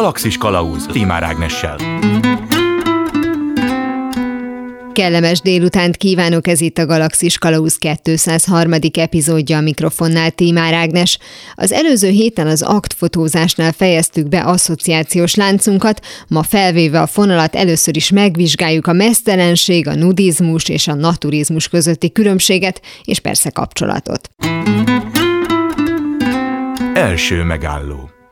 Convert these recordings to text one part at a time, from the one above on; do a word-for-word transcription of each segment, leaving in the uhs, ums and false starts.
Galaxis Kalauz Tímár Ágnessel. Kellemes délutánt kívánok, ez itt a Galaxis Kalauz kétszázharmadik epizódja, a mikrofonnál Tímár Ágnes. Az előző héten az aktfotózásnál fejeztük be asszociációs láncunkat, ma felvéve a fonalat először is megvizsgáljuk a meztelenség, a nudizmus és a naturizmus közötti különbséget, és persze kapcsolatot. Első megálló.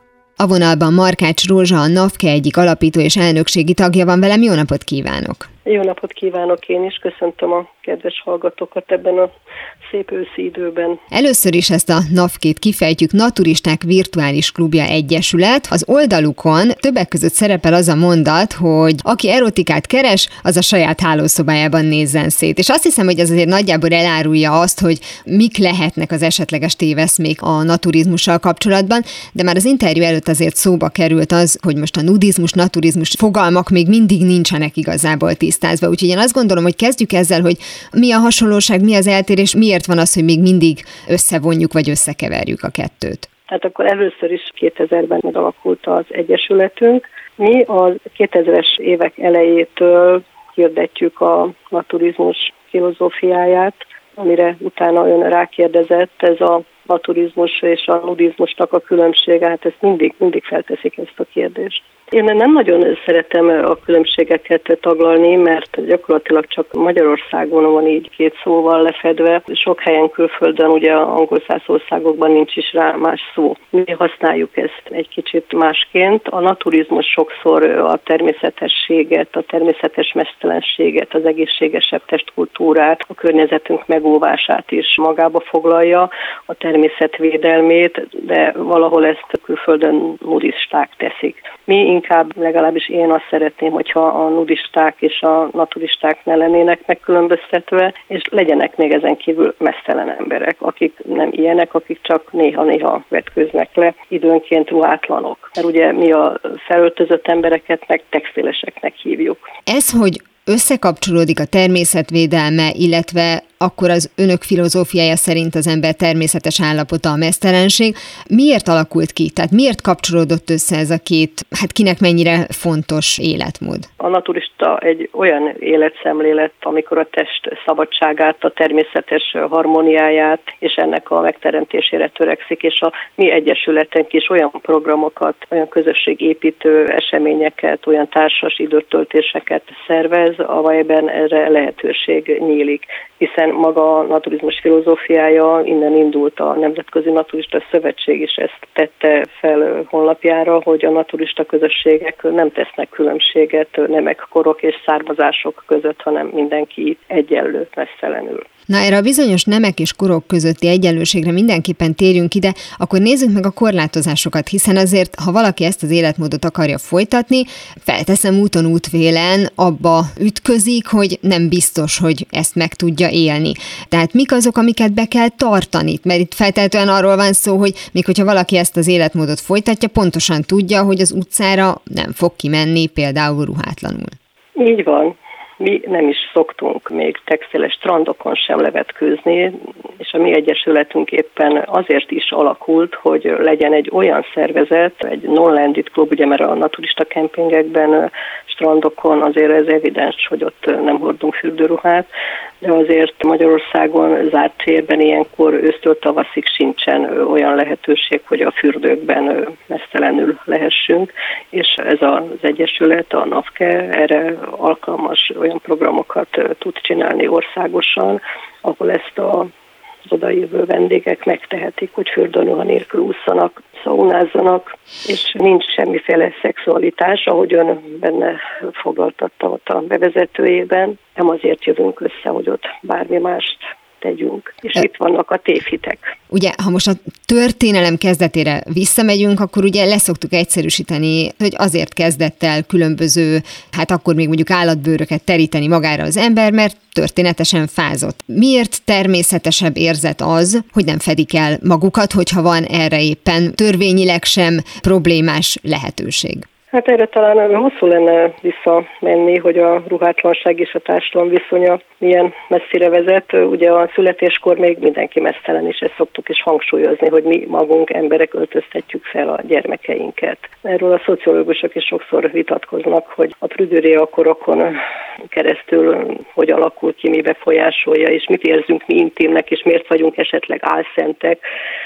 A vonalban Markács Rózsa, a NAVKE egyik alapító és elnökségi tagja van velem. Jó napot kívánok! Jó napot kívánok én is, köszöntöm a kedves hallgatókat ebben a szép őszi időben. Először is ezt a NAVKE-t kifejtjük, Naturisták Virtuális Klubja Egyesület. Az oldalukon többek között szerepel az a mondat, hogy aki erotikát keres, az a saját hálószobájában nézzen szét. És azt hiszem, hogy ez azért nagyjából elárulja azt, hogy mik lehetnek az esetleges téveszmék a naturizmussal kapcsolatban, de már az interjú előtt azért szóba került az, hogy most a nudizmus, naturizmus fogalmak még mindig nincsenek igazából tisztázva. Úgyhogy én azt gondolom, hogy kezdjük ezzel, hogy mi a hasonlóság, mi az eltérés, miért van az, hogy még mindig összevonjuk vagy összekeverjük a kettőt? Hát akkor először is kétezerben megalakult az Egyesületünk. Mi a kétezres évek elejétől hirdetjük a naturizmus filozófiáját, amire utána ön rákérdezett, ez a naturizmus és a nudizmusnak a különbsége, hát ezt mindig, mindig felteszik ezt a kérdést. Én nem nagyon szeretem a különbségeket taglalni, mert gyakorlatilag csak Magyarországon van így két szóval lefedve. Sok helyen külföldön, ugye angol száz országokban nincs is rá más szó. Mi használjuk ezt egy kicsit másként. A naturizmus sokszor a természetességet, a természetes meztelenséget, az egészségesebb testkultúrát, a környezetünk megóvását is magába foglalja, a természetvédelmét, de valahol ezt külföldön nudisták teszik. Mi inkább, legalábbis én azt szeretném, hogyha a nudisták és a naturisták ne lennének megkülönböztetve, és legyenek még ezen kívül meztelen emberek, akik nem ilyenek, akik csak néha-néha vetköznek le, időnként ruhátlanok. Mert ugye mi a felöltözött embereket meg textileseknek hívjuk. Ez, hogy összekapcsolódik a természetvédelme, illetve akkor az önök filozófiája szerint az ember természetes állapota a meztelenség. Miért alakult ki? Tehát miért kapcsolódott össze ez a két, hát kinek mennyire fontos életmód? A naturista egy olyan életszemlélet, amikor a test szabadságát, a természetes harmóniáját és ennek a megteremtésére törekszik, és a mi egyesületünk is olyan programokat, olyan közösségépítő eseményeket, olyan társas időtöltéseket szervez, amelyben erre lehetőség nyílik, hiszen maga a naturizmus filozófiája, innen indult a Nemzetközi Naturista Szövetség is ezt tette fel honlapjára, hogy a naturista közösségek nem tesznek különbséget nemek, korok és származások között, hanem mindenki egyenlő, meztelenül. Na, erre a bizonyos nemek és korok közötti egyenlőségre mindenképpen térjünk ide, akkor nézzük meg a korlátozásokat, hiszen azért, ha valaki ezt az életmódot akarja folytatni, felteszem úton útvélen, abba ütközik, hogy nem biztos, hogy ezt meg tudja élni. Tehát mik azok, amiket be kell tartani? Mert itt feltétlenül arról van szó, hogy még hogyha valaki ezt az életmódot folytatja, pontosan tudja, hogy az utcára nem fog kimenni például ruhátlanul. Így van. Mi nem is szoktunk még textiles strandokon sem levetkőzni, és a mi egyesületünk éppen azért is alakult, hogy legyen egy olyan szervezet, egy non-landed klub, ugye mert a naturista kempingekben, strandokon azért ez evidens, hogy ott nem hordunk fürdőruhát, de azért Magyarországon zárt térben ilyenkor ősztől tavaszig sincsen olyan lehetőség, hogy a fürdőkben meztelenül lehessünk, és ez az egyesület, a NAVKE erre alkalmas olyan programokat tud csinálni országosan, ahol ezt a az odajövő vendégek megtehetik, hogy fürdőruha nélkül ússzanak, szaunázzanak, és nincs semmiféle szexualitás, ahogy ön benne foglaltatta ott a bevezetőjében. Nem azért jövünk össze, hogy ott bármi mást tegyünk. És e... itt vannak a tévhitek. Ugye, ha most a történelem kezdetére visszamegyünk, akkor ugye leszoktuk egyszerűsíteni, hogy azért kezdett el különböző, hát akkor még mondjuk állatbőröket teríteni magára az ember, mert történetesen fázott. Miért természetesebb érzet az, hogy nem fedik el magukat, hogyha van erre éppen törvényileg sem problémás lehetőség? Hát erre talán hosszú lenne visszamenni, hogy a ruhátlanság és a társadalom viszonya milyen messzire vezet. Ugye a születéskor még mindenki meztelen, és ezt szoktuk is hangsúlyozni, hogy mi magunk emberek öltöztetjük fel a gyermekeinket. Erről a szociológusok is sokszor vitatkoznak, hogy a prüdéria korokon keresztül hogy alakul ki, mi befolyásolja, és mit érzünk mi intimnek, és miért vagyunk esetleg álszentek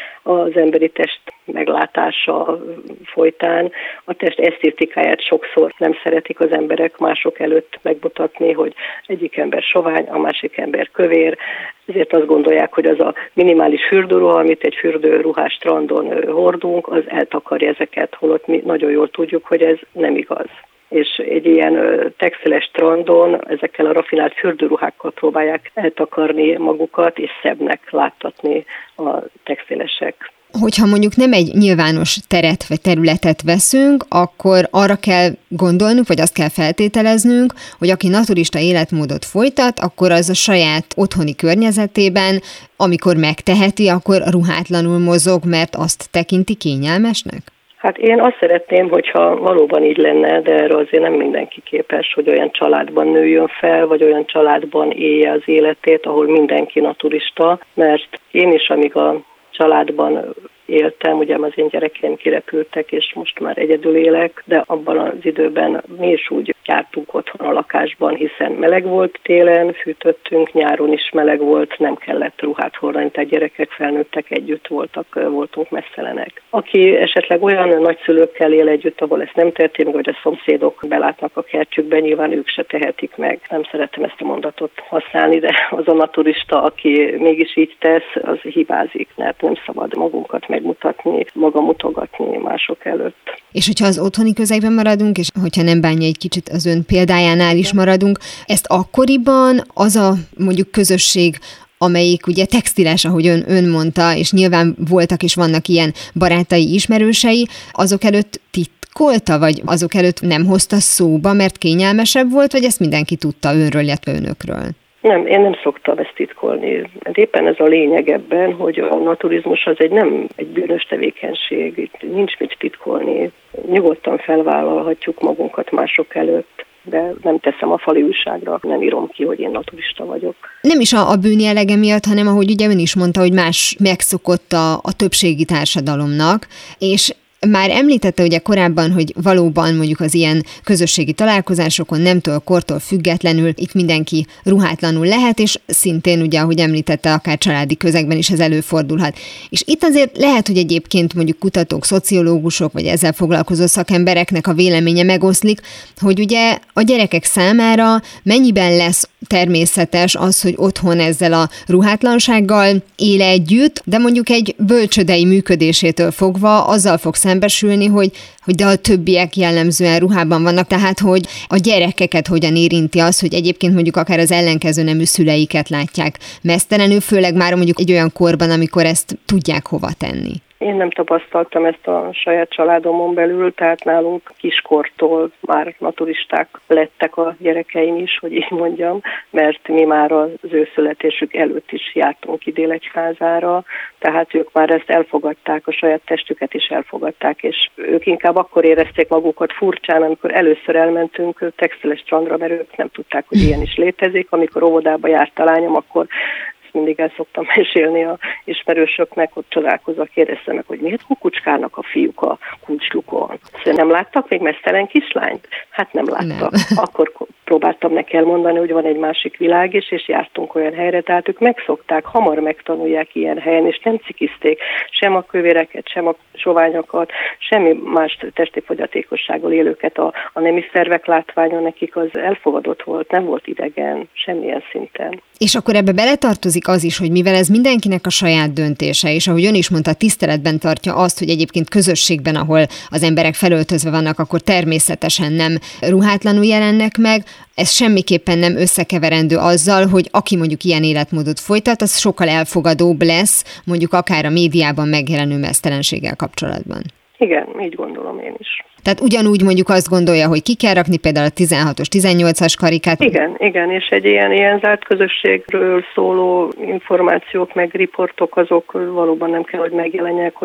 az emberi test meglátása folytán. A test esztétikáját sokszor nem szeretik az emberek mások előtt megmutatni, hogy egyik ember sovány, a másik ember kövér, ezért azt gondolják, hogy az a minimális fürdőruha, amit egy fürdőruhás strandon hordunk, az eltakarja ezeket, holott mi nagyon jól tudjuk, hogy ez nem igaz. És egy ilyen textiles strandon ezekkel a rafinált fürdőruhákkal próbálják eltakarni magukat, és szebbnek láttatni a textilesek. Hogyha mondjuk nem egy nyilvános teret vagy területet veszünk, akkor arra kell gondolnunk, vagy azt kell feltételeznünk, hogy aki naturista életmódot folytat, akkor az a saját otthoni környezetében, amikor megteheti, akkor ruhátlanul mozog, mert azt tekinti kényelmesnek? Hát én azt szeretném, hogyha valóban így lenne, de erre azért nem mindenki képes, hogy olyan családban nőjön fel, vagy olyan családban élje az életét, ahol mindenki naturista, mert én is, amíg a családban éltem, ugye az én gyerekeim kirepültek, és most már egyedül élek, de abban az időben mi is úgy jártunk otthon a lakásban, hiszen meleg volt télen, fűtöttünk, nyáron is meleg volt, nem kellett ruhát hordani, tehát gyerekek, felnőttek együtt voltak, voltunk messzelenek. Aki esetleg olyan nagyszülőkkel él együtt, ahol ezt nem történik, vagy a szomszédok belátnak a kertjükben, nyilván ők se tehetik meg. Nem szeretem ezt a mondatot használni, de az a naturista, aki mégis így tesz, az hibázik, mert nem szabad magunkat megmutatni, maga mutogatni mások előtt. És hogyha az otthoni közegben maradunk, és hogyha nem bánja egy kicsit az ön példájánál is maradunk, ezt akkoriban az a mondjuk közösség, amelyik ugye textiles, ahogy ön, ön mondta, és nyilván voltak és vannak ilyen barátai, ismerősei, azok előtt titkolta, vagy azok előtt nem hozta szóba, mert kényelmesebb volt, vagy ezt mindenki tudta önről, illetve önökről? Nem, én nem szoktam ezt titkolni. Éppen ez a lényeg ebben, hogy a naturizmus az egy nem egy bűnös tevékenység, itt nincs mit titkolni. Nyugodtan felvállalhatjuk magunkat mások előtt, de nem teszem a fali újságra, nem írom ki, hogy én naturista vagyok. Nem is a, a bűn jellege miatt, hanem ahogy ugye ön is mondta, hogy más megszokott a, a többségi társadalomnak, és már említette ugye korábban, hogy valóban mondjuk az ilyen közösségi találkozásokon nemtől, kortól függetlenül itt mindenki ruhátlanul lehet, és szintén ugye, ahogy említette, akár családi közegben is ez előfordulhat. És itt azért lehet, hogy egyébként mondjuk kutatók, szociológusok, vagy ezzel foglalkozó szakembereknek a véleménye megoszlik, hogy ugye a gyerekek számára mennyiben lesz természetes az, hogy otthon ezzel a ruhátlansággal él együtt, de mondjuk egy bölcsődei működésétől fogva azzal fog szembesülni, hogy, hogy de a többiek jellemzően ruhában vannak, tehát hogy a gyerekeket hogyan érinti az, hogy egyébként mondjuk akár az ellenkező nemű szüleiket látják meztelenül, főleg már mondjuk egy olyan korban, amikor ezt tudják hova tenni. Én nem tapasztaltam ezt a saját családomon belül, tehát nálunk kiskortól már naturisták lettek a gyerekeim is, hogy így mondjam, mert mi már az ő születésük előtt is jártunk ki Délegyházára, tehát ők már ezt elfogadták, a saját testüket is elfogadták, és ők inkább akkor érezték magukat furcsán, amikor először elmentünk textiles strandra, mert ők nem tudták, hogy ilyen is létezik. Amikor óvodába járt a lányom, akkor mindig el szoktam mesélni a ismerősöknek, ott csodálkozva kérdeztem meg, hogy miért kukucskálnak a fiúk a kulcslukon. Szóval nem láttak még meztelen kislányt? Hát nem láttak. Nem. Akkor próbáltam neki elmondani, hogy van egy másik világ is, és jártunk olyan helyre, tehát ők megszokták, hamar megtanulják ilyen helyen, és nem cikizték sem a kövéreket, sem a soványokat, semmi más testi fogyatékossággal élőket. A, a nemi szervek látványa nekik az elfogadott volt, nem volt idegen, semmilyen szinten. És akkor ebbe beletartozik az is, hogy mivel ez mindenkinek a saját döntése, és ahogy ön is mondta, tiszteletben tartja azt, hogy egyébként közösségben, ahol az emberek felöltözve vannak, akkor természetesen nem ruhátlanul jelennek meg, ez semmiképpen nem összekeverendő azzal, hogy aki mondjuk ilyen életmódot folytat, az sokkal elfogadóbb lesz, mondjuk akár a médiában megjelenő meztelenséggel kapcsolatban. Igen, így gondolom én is. Tehát ugyanúgy mondjuk azt gondolja, hogy ki kell rakni például a tizenhatos, tizennyolcas karikát. Igen, igen, és egy ilyen, ilyen zárt közösségről szóló információk, meg riportok, azok valóban nem kell, hogy megjelenjenek olyan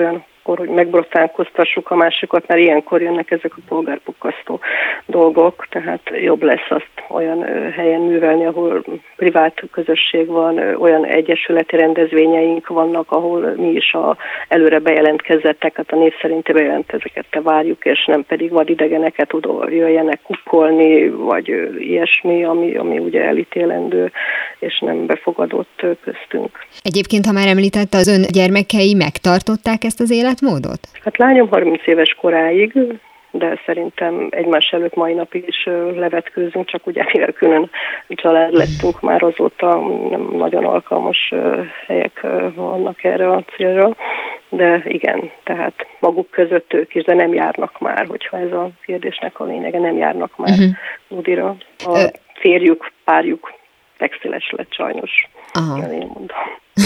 akkor, hogy megbotránkoztassuk a másikat, mert ilyenkor jönnek ezek a polgárpukkasztó dolgok, tehát jobb lesz azt olyan helyen művelni, ahol privát közösség van, olyan egyesületi rendezvényeink vannak, ahol mi is a előre bejelentkezetteket, a név szerinti bejelentkezeket várjuk, és nem pedig vadidegeneket oda jöjjenek kukkolni, vagy ilyesmi, ami, ami ugye elítélendő, és nem befogadott köztünk. Egyébként, ha már említette, az ön gyermekei megtartották ezt az életmódot? Hát lányom harminc éves koráig, de szerintem egymás előtt mai napig is levetkőzünk, csak ugye mivel külön család lettünk már azóta, nem nagyon alkalmas helyek vannak erre a célra, de igen, tehát maguk között ők is, de nem járnak már, hogyha ez a kérdésnek a lényege, nem járnak már uh-huh. Nudira. A férjük, párjuk textiles lett sajnos, én mondom.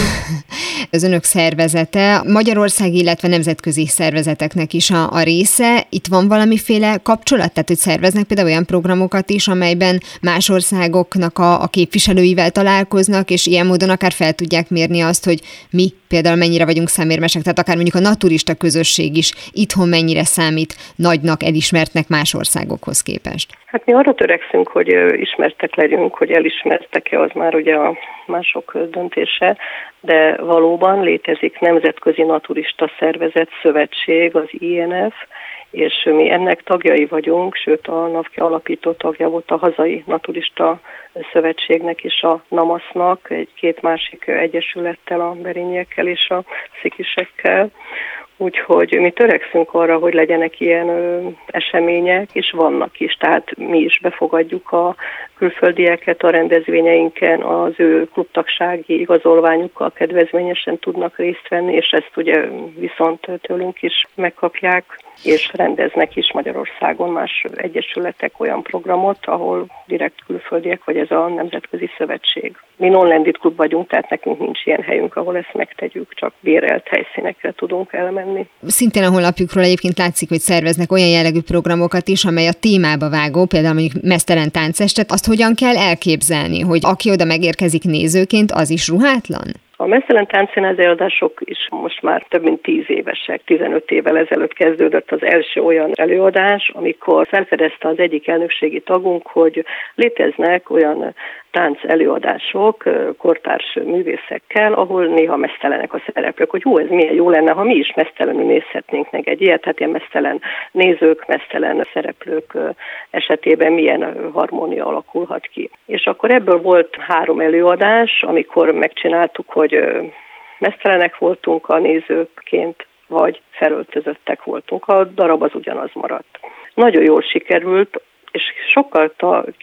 Az önök szervezete Magyarország, illetve nemzetközi szervezeteknek is a, a része. Itt van valamiféle kapcsolat? Tehát, hogy szerveznek például olyan programokat is, amelyben más országoknak a, a képviselőivel találkoznak, és ilyen módon akár fel tudják mérni azt, hogy mi például mennyire vagyunk szemérmesek, tehát akár mondjuk a naturista közösség is itthon mennyire számít nagynak, elismertnek más országokhoz képest. Hát mi arra törekszünk, hogy ismertek legyünk, hogy elismertek-e, az már ugye a mások döntése, de valóban létezik Nemzetközi Naturista Szervezet Szövetség, az I N F, és mi ennek tagjai vagyunk, sőt a NAVKE alapító tagja volt a hazai naturista szövetségnek és a NAMASZ-nak, egy-két másik egyesülettel, a berényiekkel és a szikisekkel. Úgyhogy mi törekszünk arra, hogy legyenek ilyen ö, események, és vannak is, tehát mi is befogadjuk a külföldieket a rendezvényeinken, az ő klubtagsági igazolványukkal kedvezményesen tudnak részt venni, és ezt ugye viszont tőlünk is megkapják, és rendeznek is Magyarországon más egyesületek olyan programot, ahol direkt külföldiek, vagy ez a Nemzetközi Szövetség. Mi non-landed klub vagyunk, tehát nekünk nincs ilyen helyünk, ahol ezt megtegyük, csak bérelt helyszínekre tudunk elmenni. Szintén a honlapjukról egyébként látszik, hogy szerveznek olyan jellegű programokat is, amely a témába vágó, például mondjuk meztelen táncestet. Azt hogyan kell elképzelni, hogy aki oda megérkezik nézőként, az is ruhátlan? A meztelen táncszínház előadások is most már több mint tíz évesek, tizenöt évvel ezelőtt kezdődött az első olyan előadás, amikor felfedezte az egyik elnökségi tagunk, hogy léteznek olyan tánc előadások kortárs művészekkel, ahol néha meztelenek a szereplők, hogy hú, ez milyen jó lenne, ha mi is meztelenül nézhetnénk meg egy ilyet, hát ilyen meztelen nézők, meztelen szereplők esetében milyen harmónia alakulhat ki. És akkor ebből volt három előadás, amikor megcsináltuk, hogy meztelenek voltunk a nézőként, vagy felöltözöttek voltunk. A darab az ugyanaz maradt. Nagyon jól sikerült, és sokkal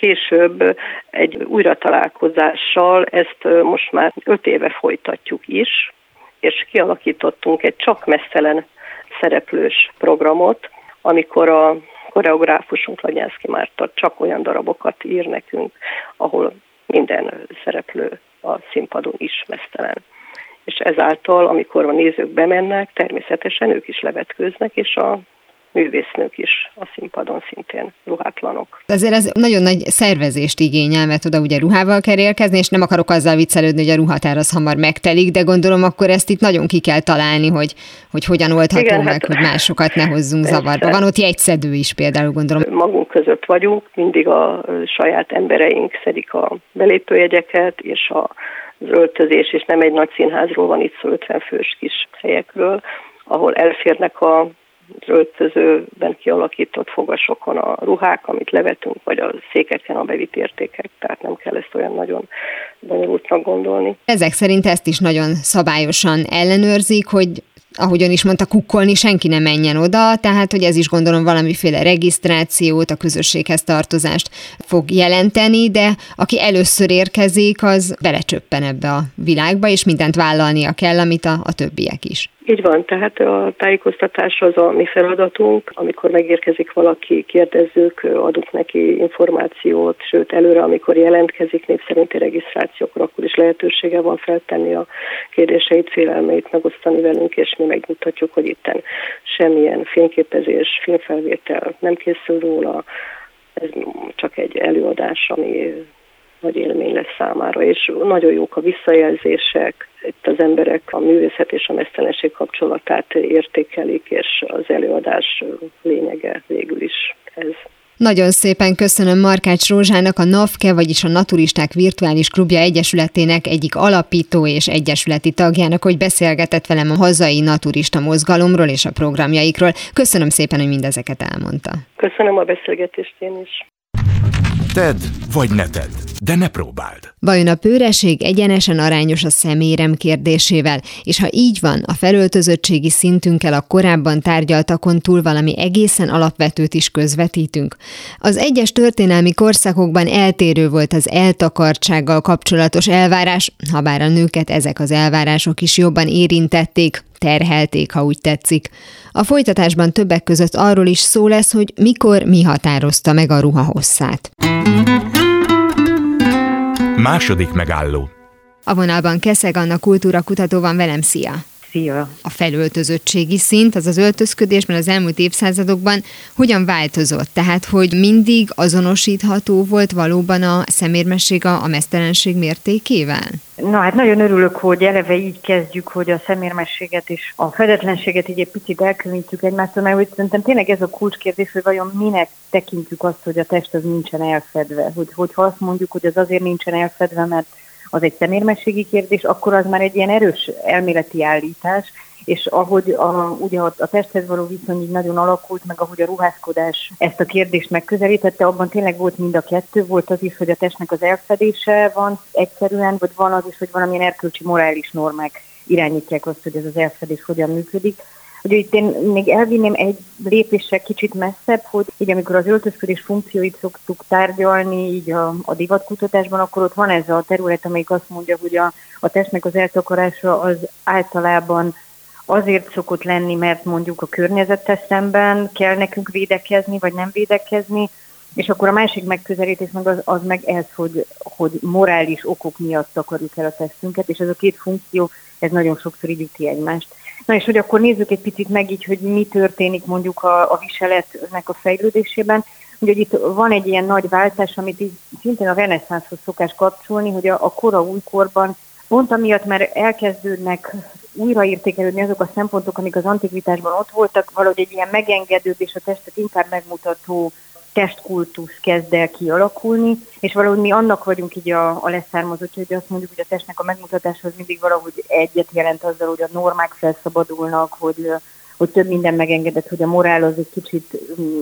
később egy újratalálkozással ezt most már öt éve folytatjuk is, és kialakítottunk egy csak meztelen szereplős programot, amikor a koreográfusunk Lagyánszky Márta csak olyan darabokat ír nekünk, ahol minden szereplő a színpadon is meztelen. És ezáltal, amikor a nézők bemennek, természetesen ők is levetkőznek, és a művésznők is a színpadon szintén ruhátlanok. Azért ez nagyon nagy szervezést igényel, mert oda ugye ruhával kell érkezni, és nem akarok azzal viccelődni, hogy a ruhatár az hamar megtelik, de gondolom akkor ezt itt nagyon ki kell találni, hogy, hogy hogyan oldható Igen, meg, hát, hogy másokat ne hozzunk persze. zavarba. Van ott jegyszedő is például, gondolom. Magunk között vagyunk, mindig a saját embereink szedik a belépőjegyeket, és a az öltözés, és nem egy nagy színházról van itt szó, ötven fős kis helyekről, ahol elférnek a az öltözőben kialakított fogasokon a ruhák, amit levetünk, vagy a székeken a bevitt értékek, tehát nem kell ezt olyan nagyon bonyolultnak gondolni. Ezek szerint ezt is nagyon szabályosan ellenőrzik, hogy ahogyan is mondta, kukkolni senki nem menjen oda, tehát hogy ez is gondolom valamiféle regisztrációt, a közösséghez tartozást fog jelenteni, de aki először érkezik, az belecsöppen ebbe a világba, és mindent vállalnia kell, amit a, a többiek is. Így van, tehát a tájékoztatás az a mi feladatunk, amikor megérkezik valaki, kérdezzük, adunk neki információt, sőt előre, amikor jelentkezik népszerinti regisztrációkra, akkor is lehetősége van feltenni a kérdéseit, félelmeit, megosztani velünk, és mi megmutatjuk, hogy itten semmilyen fényképezés, filmfelvétel nem készül róla, ez csak egy előadás, ami nagy élmény lesz számára, és nagyon jók a visszajelzések, itt az emberek a művészet és a mesztelenség kapcsolatát értékelik, és az előadás lényege végül is ez. Nagyon szépen köszönöm Markács Rózsának, a NAFKE, vagyis a Naturisták Virtuális Klubja Egyesületének egyik alapító és egyesületi tagjának, hogy beszélgetett velem a hazai naturista mozgalomról és a programjaikról. Köszönöm szépen, hogy mindezeket elmondta. Köszönöm a beszélgetést én is. Tedd vagy ne tedd, de ne próbáld. Vajon a pőreség egyenesen arányos a szemérem kérdésével, és ha így van, a felöltözöttségi szintünkkel a korábban tárgyaltakon túl valami egészen alapvetőt is közvetítünk? Az egyes történelmi korszakokban eltérő volt az eltakartsággal kapcsolatos elvárás, habár a nőket ezek az elvárások is jobban érintették, terhelték, ha úgy tetszik. A folytatásban többek között arról is szó lesz, hogy mikor mi határozta meg a ruha hosszát. Második megálló. A vonalban Keszeg Anna kultúrakutató van velem, szia! Szia! A felöltözöttségi szint, az az öltözködésben az elmúlt évszázadokban hogyan változott? Tehát, hogy mindig azonosítható volt valóban a szemérmesség a, a meztelenség mértékével? Na hát nagyon örülök, hogy eleve így kezdjük, hogy a szemérmességet és a fedetlenséget így egy picit elkülönítjük egymástól, mert hogy szerintem tényleg ez a kulcskérdés, hogy vajon minek tekintjük azt, hogy a test az nincsen elfedve. Hogy, hogyha azt mondjuk, hogy az azért nincsen elfedve, mert az egy szemérmességi kérdés, akkor az már egy ilyen erős elméleti állítás, és ahogy a, ugye a testhez való viszony így nagyon alakult, meg ahogy a ruházkodás ezt a kérdést megközelítette, abban tényleg volt mind a kettő, volt az is, hogy a testnek az elfedése van egyszerűen, vagy van az is, hogy valamilyen erkölcsi morális normák irányítják azt, hogy ez az elfedés hogyan működik. Ugye itt én még elvinném egy lépéssel kicsit messzebb, hogy így amikor az öltözködés funkcióit szoktuk tárgyalni így a, a divatkutatásban, akkor ott van ez a terület, amelyik azt mondja, hogy a, a testnek az eltakarása az általában azért szokott lenni, mert mondjuk a környezettel szemben kell nekünk védekezni, vagy nem védekezni, és akkor a másik megközelítés meg az, az meg ez, hogy, hogy morális okok miatt takarjuk el a testünket, és ez a két funkció, ez nagyon sokszor így üti egymást. Na és hogy akkor nézzük egy picit meg így, hogy mi történik mondjuk a, a viseletnek a fejlődésében. Ugye hogy itt van egy ilyen nagy váltás, amit így szintén a reneszánszhoz szokás kapcsolni, hogy a, a kora újkorban pont amiatt, mert elkezdődnek újraértékelődni azok a szempontok, amik az antikvitásban ott voltak, valahogy egy ilyen megengedőbb és a testet inkább megmutató testkultusz kezd el kialakulni, és valahogy mi annak vagyunk így a, a leszármazottja, hogy azt mondjuk, hogy a testnek a megmutatása az mindig valahogy egyet jelent azzal, hogy a normák felszabadulnak, hogy, hogy több minden megengedett, hogy a morál az egy kicsit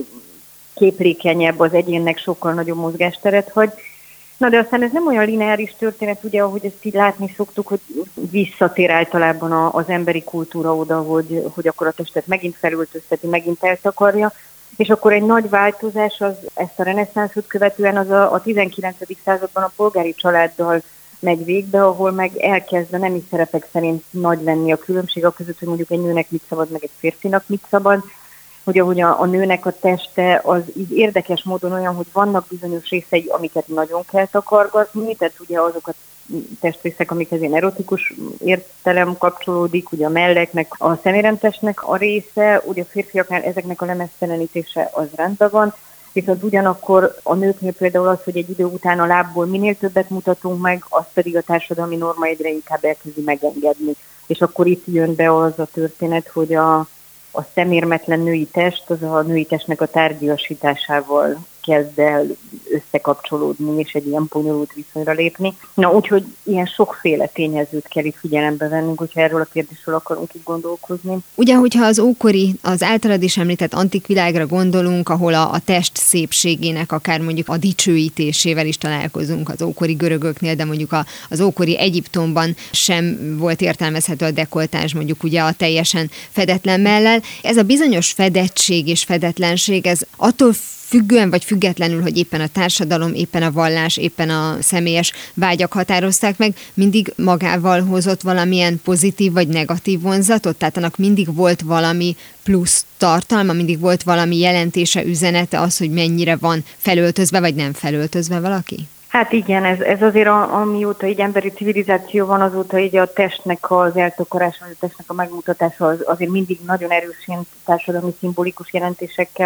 képlékenyebb, az egyénnek sokkal nagyobb mozgásteret hagy. Na de aztán ez nem olyan lineáris történet, ugye, ahogy ezt így látni szoktuk, hogy visszatér általában a, az emberi kultúra oda, hogy, hogy akkor a testet megint felöltözteti, megint eltakarja, és akkor egy nagy változás az ezt a reneszánszot követően az a, a tizenkilencedik században a polgári családdal megy végbe, ahol meg elkezd a nemi szerepek szerint nagy lenni a különbség a között, hogy mondjuk egy nőnek mit szabad, meg egy férfinak mit szabad, hogy ahogy a, a nőnek a teste az így érdekes módon olyan, hogy vannak bizonyos részei, amiket nagyon kell takargatni, tehát ugye azok a testrészek, amikhez ilyen erotikus értelem kapcsolódik, ugye a melleknek, a szeméremtestnek a része, ugye a férfiaknál ezeknek a lemeztelenítése az rendben van, viszont ugyanakkor a nőknél például az, hogy egy idő után a lábból minél többet mutatunk meg, az pedig a társadalmi norma egyre inkább elkezdi megengedni. És akkor itt jön be az a történet, hogy a, a szemérmetlen női test az a női testnek a tárgyasításával kezd el összekapcsolódni, és egy ilyen bonyolult viszonyra lépni. Na, úgyhogy ilyen sokféle tényezőt kell itt figyelembe vennünk, hogyha erről a kérdésről akarunk így gondolkozni. Ugye, hogyha az ókori, az általad is említett antik világra gondolunk, ahol a, a test szépségének, akár mondjuk a dicsőítésével is találkozunk az ókori görögöknél, de mondjuk a, az ókori Egyiptomban sem volt értelmezhető a dekoltázs, mondjuk ugye a teljesen fedetlen mellel. Ez a bizonyos fedettség és fedetlenség, ez attól függően vagy függetlenül, hogy éppen a társadalom, éppen a vallás, éppen a személyes vágyak határozták meg, mindig magával hozott valamilyen pozitív vagy negatív vonzatot? Tehát annak mindig volt valami plusz tartalma, mindig volt valami jelentése, üzenete az, hogy mennyire van felöltözve vagy nem felöltözve valaki? Hát igen, ez, ez azért a, amióta így emberi civilizáció van, azóta így a testnek az eltakarása, a testnek a megmutatása az azért mindig nagyon erősen társadalmi szimbolikus jelentésekkel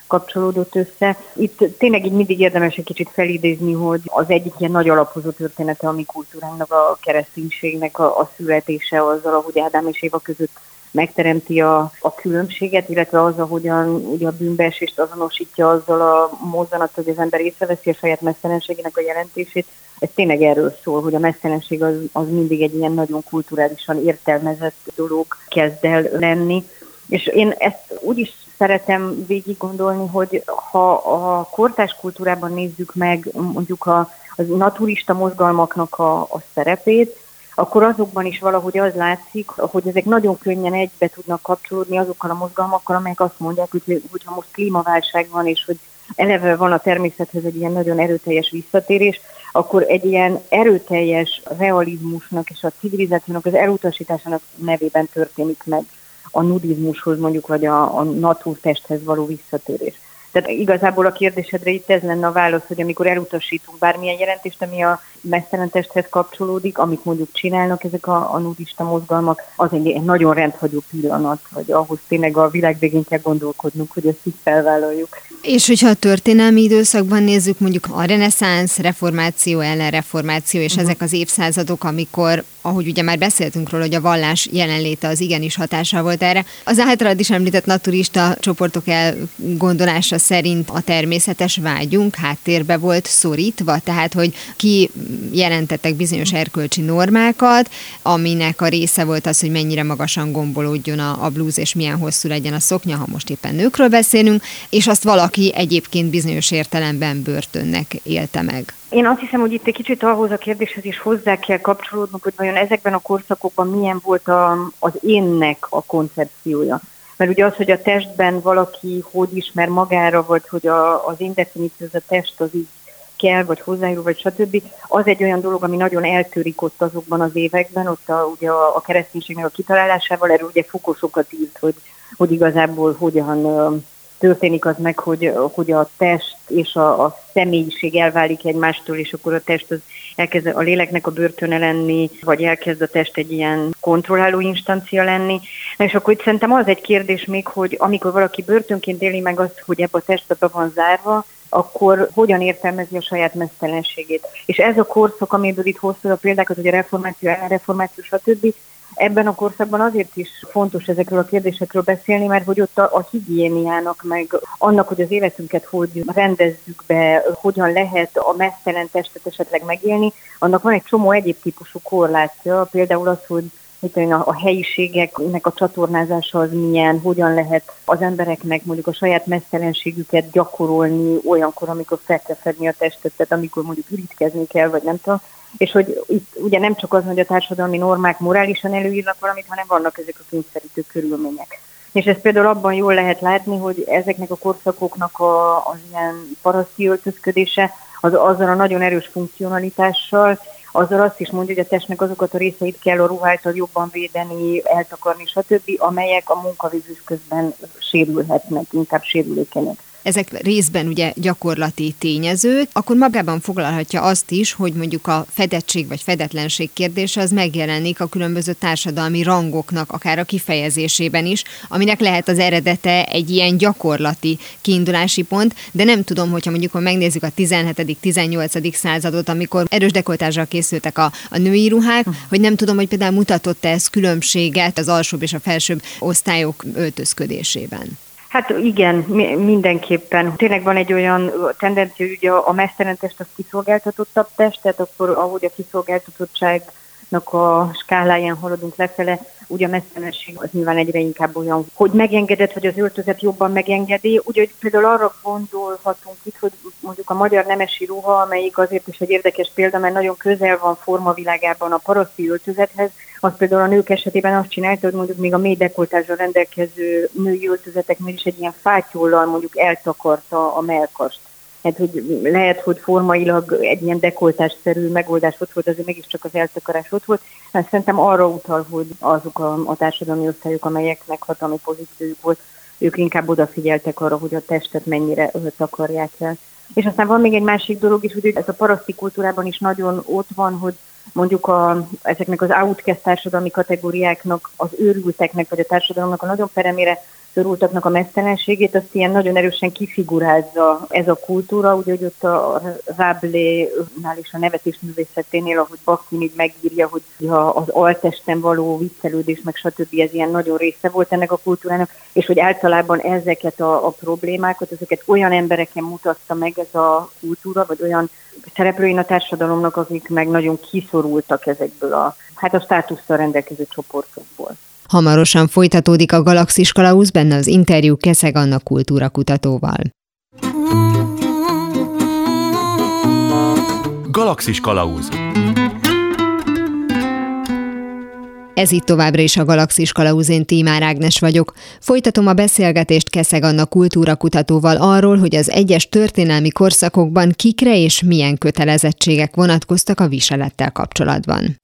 kapcsolódott össze. Itt tényleg így mindig érdemes egy kicsit felidézni, hogy az egyik ilyen nagy alapozó története a mi kultúránknak, a kereszténységnek a, a születése azzal, ahogy Ádám és Éva között megteremti a, a különbséget, illetve az, ahogyan ugye a bűnbeesést azonosítja azzal a mozzanat, hogy az ember észreveszi a saját meztelenségének a jelentését. Ez tényleg erről szól, hogy a meztelenség az, az mindig egy ilyen nagyon kulturálisan értelmezett dolog kezd el lenni. És én ezt úgy is szeretem végig gondolni, hogy ha a kortárs kultúrában nézzük meg mondjuk a, a naturista mozgalmaknak a, a szerepét, akkor azokban is valahogy az látszik, hogy ezek nagyon könnyen egybe tudnak kapcsolódni azokkal a mozgalmakkal, amelyek azt mondják, hogy hogyha most klímaválság van, és hogy eleve van a természethez egy ilyen nagyon erőteljes visszatérés, akkor egy ilyen erőteljes realizmusnak és a civilizációnak az elutasításának nevében történik meg a nudizmushoz mondjuk, vagy a, a naturtesthez való visszatérés. Tehát igazából a kérdésedre itt ez lenne a válasz, hogy amikor elutasítunk bármilyen jelentést, ami a meztelen testhez kapcsolódik, amit mondjuk csinálnak ezek a, a nudista mozgalmak, az egy, egy nagyon rendhagyó pillanat, vagy ahhoz tényleg a világ végén kell gondolkodnunk, hogy ezt így felvállaljuk. És hogyha a történelmi időszakban nézzük, mondjuk a reneszánsz, reformáció, ellenreformáció, és uh-huh. ezek az évszázadok, amikor, ahogy ugye már beszéltünk róla, hogy a vallás jelenléte az igenis hatással volt erre, az általad is említett naturista csoportok elgondolása szerint a természetes vágyunk háttérbe volt szorítva, tehát hogy ki jelentettek bizonyos erkölcsi normákat, aminek a része volt az, hogy mennyire magasan gombolódjon a, a blúz, és milyen hosszú legyen a szoknya, ha most éppen nőkről beszélünk, és azt valaki egyébként bizonyos értelemben börtönnek élte meg. Én azt hiszem, hogy itt egy kicsit ahhoz a kérdéshez is hozzá kell kapcsolódnunk, hogy vajon ezekben a korszakokban milyen volt a, az énnek a koncepciója. Mert ugye az, hogy a testben valaki hogy ismer magára, vagy hogy a, az én definíció, az a test az így kell, vagy hozzájárul, vagy stb. Az egy olyan dolog, ami nagyon eltörik ott azokban az években, ott a, ugye a, a kereszténységnek a kitalálásával, erről ugye Foucault sokat írt, hogy, hogy igazából hogyan uh, történik az meg, hogy, hogy a test és a, a személyiség elválik egymástól, és akkor a test az elkezd a léleknek a börtöne lenni, vagy elkezd a test egy ilyen kontrolláló instancia lenni. Na és akkor itt szerintem az egy kérdés még, hogy amikor valaki börtönként éli meg azt, hogy ebbe a testbe be van zárva, akkor hogyan értelmezi a saját meztelenségét. És ez a korszak, amiből itt hoztad a példákat, hogy a reformáció, ellenreformáció, stb., ebben a korszakban azért is fontos ezekről a kérdésekről beszélni, mert hogy ott a, a higiéniának, meg annak, hogy az életünket hogy rendezzük be, hogyan lehet a meztelen testet esetleg megélni, annak van egy csomó egyéb típusú korlátja, például az, hogy a helyiségeknek a csatornázása az milyen, hogyan lehet az embereknek mondjuk a saját meztelenségüket gyakorolni olyankor, amikor fel kell fedni a testet, tehát amikor mondjuk ürítkezni kell, vagy nem tudom. És hogy itt ugye nem csak az, hogy a társadalmi normák morálisan előírnak valamit, hanem vannak ezek a kényszerítő körülmények. És ezt például abban jól lehet látni, hogy ezeknek a korszakoknak a, az ilyen paraszti öltözködése az, azzal a nagyon erős funkcionalitással, azzal azt is mondja, hogy a testnek azokat a részeit kell a ruha által jobban védeni, eltakarni, stb., amelyek a munkavégzés közben sérülhetnek, inkább sérülékenyek. Ezek részben ugye gyakorlati tényezők, akkor magában foglalhatja azt is, hogy mondjuk a fedettség vagy fedetlenség kérdése az megjelenik a különböző társadalmi rangoknak, akár a kifejezésében is, aminek lehet az eredete egy ilyen gyakorlati kiindulási pont, de nem tudom, hogyha mondjuk ha megnézzük a tizenhetedik-tizennyolcadik századot, amikor erős dekoltázsal készültek a, a női ruhák, hogy nem tudom, hogy például mutatott-e ez különbséget az alsóbb és a felsőbb osztályok öltözködésében. Hát igen, mindenképpen. Tényleg van egy olyan tendencia, hogy a, a meztelen test az kiszolgáltatottabb test, tehát akkor ahogy a kiszolgáltatottságnak a skáláján haladunk lefele, ugye a meztelenség az nyilván egyre inkább olyan, hogy megengedett, vagy az öltözet jobban megengedi. Ugye hogy például arra gondolhatunk itt, hogy mondjuk a magyar nemesi ruha, amelyik azért is egy érdekes példa, mert nagyon közel van formavilágában a paraszti öltözethez, az például a nők esetében azt csinálta, hogy mondjuk még a mély dekoltázsal rendelkező női öltözeteknél is egy ilyen fátyollal mondjuk eltakarta a mellkast. Hát, hogy lehet, hogy formailag egy ilyen dekoltásszerű megoldás ott volt, azért mégiscsak az eltakarás ott volt. Hát szerintem arra utal, hogy azok a, a társadalmi osztályok, amelyeknek hatalmi pozíciójuk volt, ők inkább odafigyeltek arra, hogy a testet mennyire takarják el. És aztán van még egy másik dolog is, hogy ez a paraszti kultúrában is nagyon ott van, hogy mondjuk a, ezeknek az outcast társadalmi kategóriáknak, az őrülteknek, vagy a társadalomnak a nagyon peremére szorultaknak a meztelenségét, azt ilyen nagyon erősen kifigurázza ez a kultúra, ugye, hogy ott a Rabelais-nál és a nevetésművészeténél, ahogy Bakhtin így megírja, hogy az altesten való viccelődés, meg stb. Ez ilyen nagyon része volt ennek a kultúrának, és hogy általában ezeket a, a problémákat, ezeket olyan embereken mutatta meg ez a kultúra, vagy olyan szereplőin a társadalomnak, akik meg nagyon kiszorultak ezekből a, hát a státusszal rendelkező csoportokból. Hamarosan folytatódik a Galaxis Kalauz, benne az interjú Keszeg Anna kultúrakutatóval. Galaxis Kalauz. Ez itt továbbra is a Galaxis Kalauz, én Tímár Ágnes vagyok. Folytatom a beszélgetést Keszeg Anna kultúrakutatóval arról, hogy az egyes történelmi korszakokban kikre és milyen kötelezettségek vonatkoztak a viselettel kapcsolatban.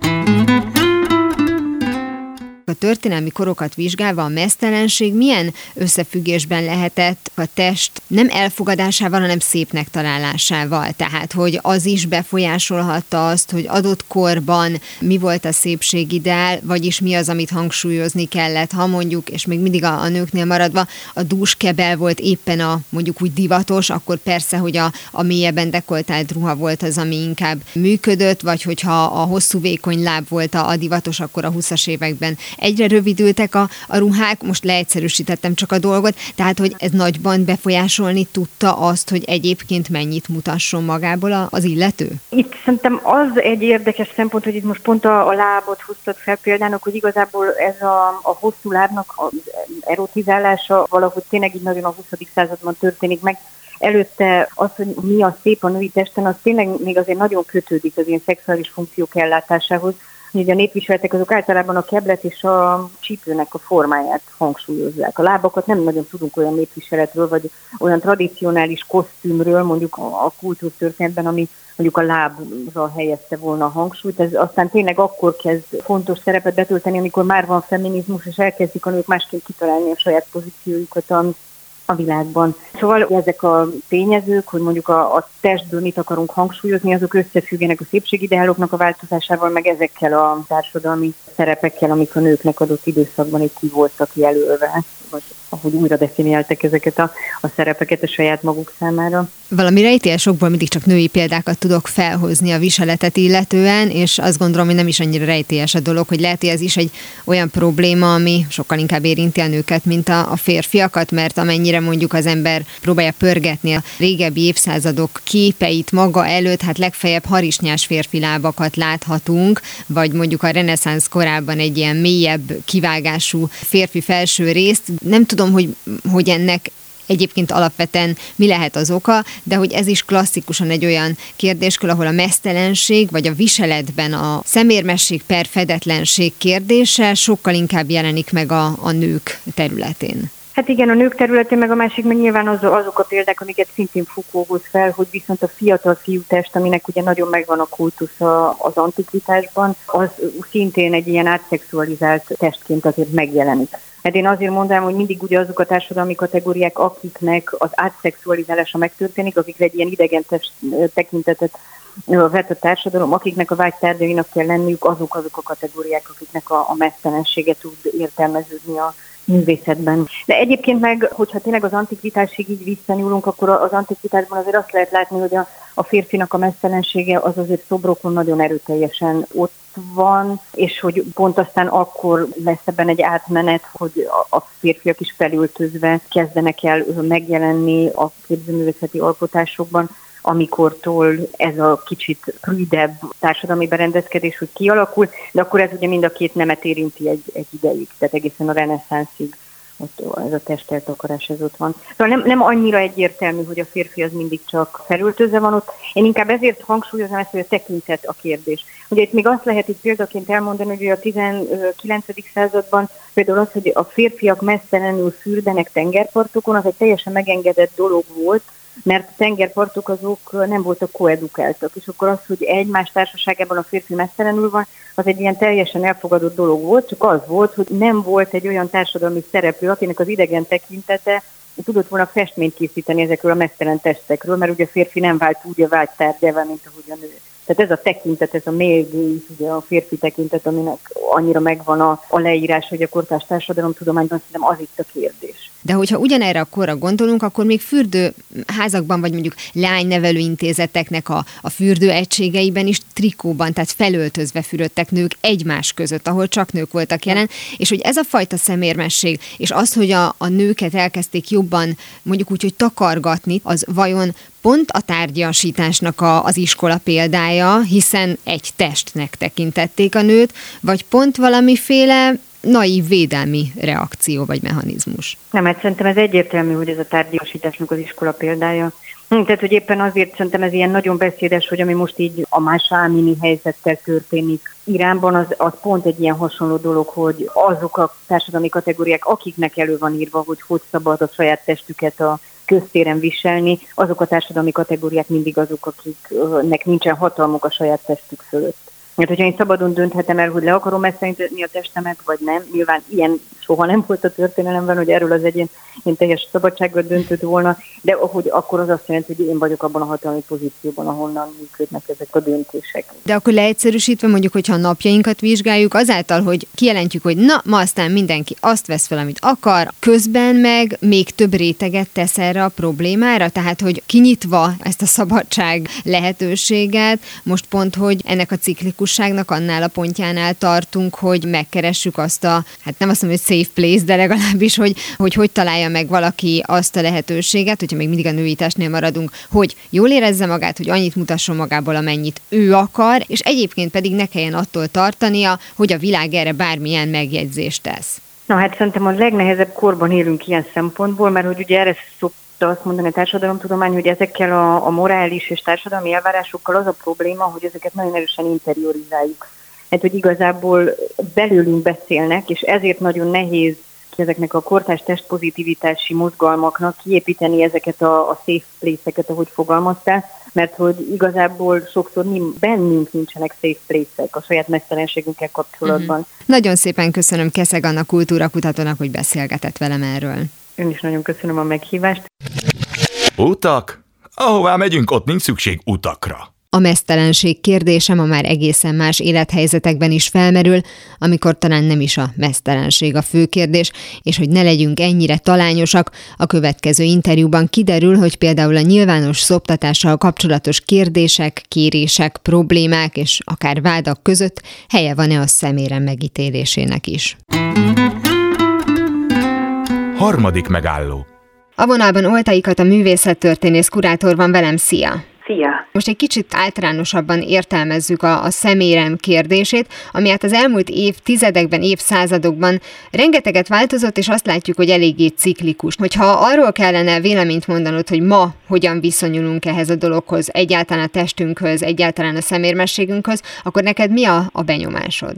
A történelmi korokat vizsgálva a meztelenség milyen összefüggésben lehetett a test nem elfogadásával, hanem szépnek találásával? Tehát, hogy az is befolyásolhatta azt, hogy adott korban mi volt a szépségideál, vagyis mi az, amit hangsúlyozni kellett, ha mondjuk, és még mindig a, a nőknél maradva, a dúskebel volt éppen a mondjuk úgy divatos, akkor persze, hogy a, a mélyebben dekoltált ruha volt az, ami inkább működött, vagy hogyha a hosszú vékony láb volt a, a divatos, akkor a huszas években egyre rövidültek a, a ruhák, most leegyszerűsítettem csak a dolgot, tehát, hogy ez nagyban befolyásolni tudta azt, hogy egyébként mennyit mutasson magából az illető? Itt szerintem az egy érdekes szempont, hogy itt most pont a, a lábot hoztad fel példának, hogy igazából ez a, a hosszú lábnak az erotizálása valahogy tényleg így nagyon a huszadik században történik meg. Előtte az, hogy mi a szép a női testen, az tényleg még azért nagyon kötődik az ilyen szexuális funkciók ellátásához. Ugye a népviseletek azok általában a keblet és a csípőnek a formáját hangsúlyozzák. A lábakat nem nagyon tudunk olyan népviseletről, vagy olyan tradicionális kosztümről, mondjuk a kultúrtörténetben, ami mondjuk a lábra helyezte volna a hangsúlyt. Ez aztán tényleg akkor kezd fontos szerepet betölteni, amikor már van feminizmus, és elkezdik a nők másként kitalálni a saját pozíciójukat a a világban. Szóval ezek a tényezők, hogy mondjuk a, a testből mit akarunk hangsúlyozni, azok összefüggenek a szépségideáloknak a változásával, meg ezekkel a társadalmi szerepekkel, amik a nőknek adott időszakban itt ki voltak jelölve, vagy ahogy újra definiáltak ezeket a, a szerepeket a saját maguk számára. Valami rejtélyes sokból mindig csak női példákat tudok felhozni a viseletet illetően, és azt gondolom, hogy nem is annyira rejtélyes a dolog, hogy lehet, hogy ez is egy olyan probléma, ami sokkal inkább érinti a nőket, mint a, a férfiakat, mert amennyire mondjuk az ember próbálja pörgetni a régebbi évszázadok képeit maga előtt, hát legfeljebb harisnyás férfi lábakat láthatunk, vagy mondjuk a reneszánsz korában egy ilyen mélyebb kivágású férfi felső részt. Nem tudom, hogy, hogy ennek egyébként alapvetően mi lehet az oka, de hogy ez is klasszikusan egy olyan kérdéskör, ahol a meztelenség, vagy a viseletben a szemérmesség per fedetlenség kérdése sokkal inkább jelenik meg a, a nők területén. Hát igen, a nők területén, meg a másik, meg nyilván az, azok a példák, amiket szintén Foucault hoz fel, hogy viszont a fiatal fiútest, aminek ugye nagyon megvan a kultusza az antikvitásban, az szintén egy ilyen átszexualizált testként azért megjelenik. Hát én azért mondanám, hogy mindig ugye azok a társadalmi kategóriák, akiknek az átszexualizálása megtörténik, akikre egy ilyen idegen test, tekintetet vett a társadalom, akiknek a vágytárgyainak kell lenniük, azok azok a kategóriák, akiknek a, a meztelensége tud értelmeződni a művészetben. De egyébként meg, hogyha tényleg az antikvitásig így visszanyúlunk, akkor az antikvitásban azért azt lehet látni, hogy a, a férfinak a meztelensége az azért szobrokon nagyon erőteljesen ott van, és hogy pont aztán akkor lesz ebben egy átmenet, hogy a, a férfiak is felültözve kezdenek el megjelenni a képzőművészeti alkotásokban, amikortól ez a kicsit prűdebb társadalmi berendezkedés úgy kialakul, de akkor ez ugye mind a két nemet érinti egy, egy ideig, tehát egészen a reneszánszig ott ez a testeltakarás ez ott van. Szóval nem, nem annyira egyértelmű, hogy a férfi az mindig csak felültözve van ott. Én inkább ezért hangsúlyozom ezt, hogy a tekintet a kérdés. Ugye itt még azt lehet itt példaként elmondani, hogy a tizenkilencedik században például az, hogy a férfiak meztelenül fürdenek tengerpartokon, az egy teljesen megengedett dolog volt, mert a tengerpartok azok nem voltak koedukáltak, és akkor az, hogy egymás társaságában a férfi meztelenül van, az egy ilyen teljesen elfogadott dolog volt, csak az volt, hogy nem volt egy olyan társadalmi szereplő, akinek az idegen tekintete tudott volna festményt készíteni ezekről a meztelen testekről, mert ugye a férfi nem vált úgy a vágytárgyává, mint ahogy a nő. Tehát ez a tekintet, ez a mély, ugye a férfi tekintet, aminek annyira megvan a, a leírás, hogy a kortárs társadalomtudományban szerintem az itt a kérdés. De hogyha ugyanerre a korra gondolunk, akkor még fürdőházakban, vagy mondjuk lánynevelő intézeteknek a, a fürdőegységeiben is trikóban, tehát felöltözve fürödtek nők egymás között, ahol csak nők voltak jelen, és hogy ez a fajta szemérmesség, és az, hogy a, a nőket elkezdték jobban, mondjuk úgy, hogy takargatni, az vajon pont a tárgyasításnak a, az iskola példája, hiszen egy testnek tekintették a nőt, vagy pont valamiféle naív védelmi reakció vagy mechanizmus? Nem, hát szerintem ez egyértelmű, hogy ez a tárgyasításnak az iskola példája. Tehát, hogy éppen azért szerintem ez ilyen nagyon beszédes, hogy ami most így a Mahsa Amini helyzettel történik Iránban, az, az pont egy ilyen hasonló dolog, hogy azok a társadalmi kategóriák, akiknek elő van írva, hogy hogy szabad a saját testüket a köztéren viselni, azok a társadalmi kategóriák mindig azok, akiknek nincsen hatalmuk a saját testük fölött. Mert hogyha én szabadon dönthetem el, hogy le akarom messzenyíteni a testemet, vagy nem, nyilván ilyen soha nem volt a történelemben, hogy erről az egyén én teljes szabadsággal döntött volna, de hogy akkor az azt jelenti, hogy én vagyok abban a hatalmi pozícióban, ahonnan működnek ezek a döntések. De akkor leegyszerűsítve mondjuk, hogyha a napjainkat vizsgáljuk, azáltal, hogy kijelentjük, hogy na, ma aztán mindenki azt vesz fel, amit akar, közben meg még több réteget tesz erre a problémára, tehát hogy kinyitva ezt a szabadság lehetőséget, most pont, hogy ennek a ciklikusságnak annál a pontjánál tartunk, hogy megkeressük azt a, hát nem azt mondom, hogy safe place, de legalábbis, hogy hogy, hogy találja meg valaki azt a lehetőséget, hogyha még mindig a nőításnél maradunk, hogy jól érezze magát, hogy annyit mutasson magából, amennyit ő akar, és egyébként pedig ne kelljen attól tartania, hogy a világ erre bármilyen megjegyzést tesz. Na hát szerintem a legnehezebb korban élünk ilyen szempontból, mert hogy ugye erre szokta azt mondani a társadalomtudomány, hogy ezekkel a, a morális és társadalmi elvárásokkal az a probléma, hogy ezeket nagyon erősen interiorizáljuk. Hát, hogy igazából belőlünk beszélnek, és ezért nagyon nehéz ezeknek a kortárs testpozitivitási mozgalmaknak kiépíteni ezeket a, a safe place-eket, ahogy fogalmaztál, mert hogy igazából sokszor mi, bennünk nincsenek safe place-ek a saját mesztelenségünkkel kapcsolatban. Uh-huh. Nagyon szépen köszönöm Keszeg Anna kultúrakutatónak, hogy beszélgetett velem erről. Én is nagyon köszönöm a meghívást. Utak? Ahová megyünk, ott nincs szükség utakra. A meztelenség kérdése ma már egészen más élethelyzetekben is felmerül, amikor talán nem is a meztelenség a fő kérdés, és hogy ne legyünk ennyire talányosak, a következő interjúban kiderül, hogy például a nyilvános szoptatással kapcsolatos kérdések, kérések, problémák és akár vádak között helye van-e a szemérem megítélésének is. Harmadik megálló. A vonalban Oltai Kata művészettörténész kurátor van velem, szia! Szia! Most egy kicsit általánosabban értelmezzük a, a szemérem kérdését, ami hát az elmúlt évtizedekben, évszázadokban rengeteget változott, és azt látjuk, hogy eléggé ciklikus. Hogyha arról kellene véleményt mondanod, hogy ma hogyan viszonyulunk ehhez a dologhoz, egyáltalán a testünkhöz, egyáltalán a szemérmességünkhöz, akkor neked mi a, a benyomásod?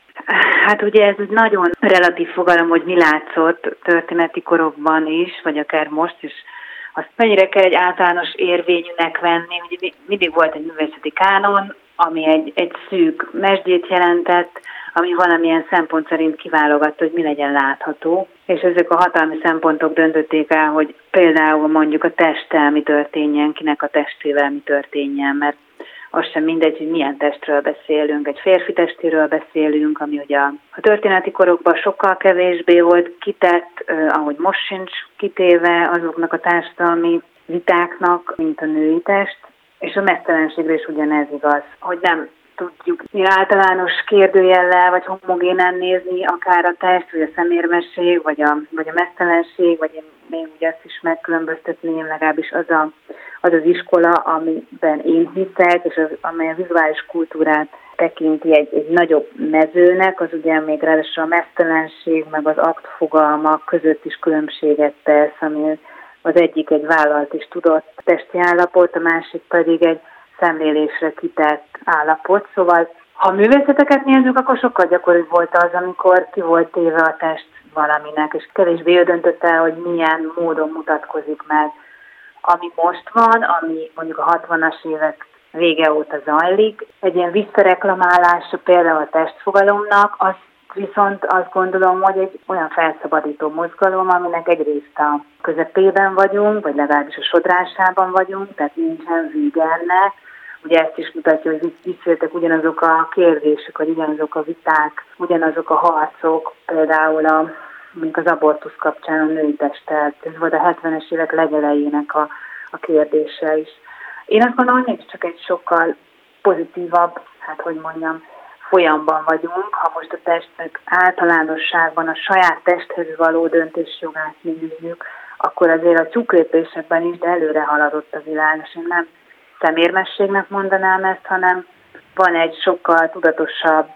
Hát ugye ez egy nagyon relatív fogalom, hogy mi látszott történeti korokban is, vagy akár most is. Azt mennyire kell egy általános érvényűnek venni, ugye mindig volt egy művészeti kánon, ami egy, egy szűk mesdjét jelentett, ami valamilyen szempont szerint kiválogatta, hogy mi legyen látható. És ezek a hatalmi szempontok döntötték el, hogy például mondjuk a testtel mi történjen, kinek a testével mi történjen, mert az sem mindegy, hogy milyen testről beszélünk. Egy férfi testéről beszélünk, ami ugye a történeti korokban sokkal kevésbé volt kitett, eh, ahogy most sincs kitéve azoknak a társadalmi vitáknak, mint a női test. És a meztelenségre is ugyanez igaz, hogy nem tudjuk általános kérdőjellel vagy homogénen nézni akár a test, vagy a szemérmesség, vagy a, vagy a meztelenség, vagy én még ugye ezt is megkülönböztetném, legalábbis az, a, az az iskola, amiben én hiszek, és az, amely a vizuális kultúrát tekinti egy, egy nagyobb mezőnek, az ugye még ráadásul a meztelenség, meg az aktfogalmak között is különbséget tesz, ami az egyik egy vállalt és tudott testi állapot, a másik pedig egy szemlélésre kitett állapot. Szóval, ha művészeteket nézzük, akkor sokkal gyakoribb volt az, amikor ki volt téve a test valaminek, és kevésbé ő döntött el, hogy milyen módon mutatkozik meg. Ami most van, ami mondjuk a hatvanas évek vége óta zajlik, egy ilyen visszareklamálása például a testfogalomnak, az viszont azt gondolom, hogy egy olyan felszabadító mozgalom, aminek egyrészt a közepében vagyunk, vagy legalábbis a sodrásában vagyunk, tehát nincsen vége ennek. Ugye ezt is mutatja, hogy visszajöttek ugyanazok a kérdések, vagy ugyanazok a viták, ugyanazok a harcok, például a mondjuk az abortusz kapcsán a női testtel. Ez volt a hetvenes évek legelejének a, a kérdése is. Én azt gondolom, hogy még csak egy sokkal pozitívabb, hát hogy mondjam, folyamban vagyunk, ha most a testnek általánosságban a saját testhez való döntésjogát nézzük, akkor azért a csuklépésekben is, de előre haladott a világ, és én nem szemérmességnek mondanám ezt, hanem van egy sokkal tudatosabb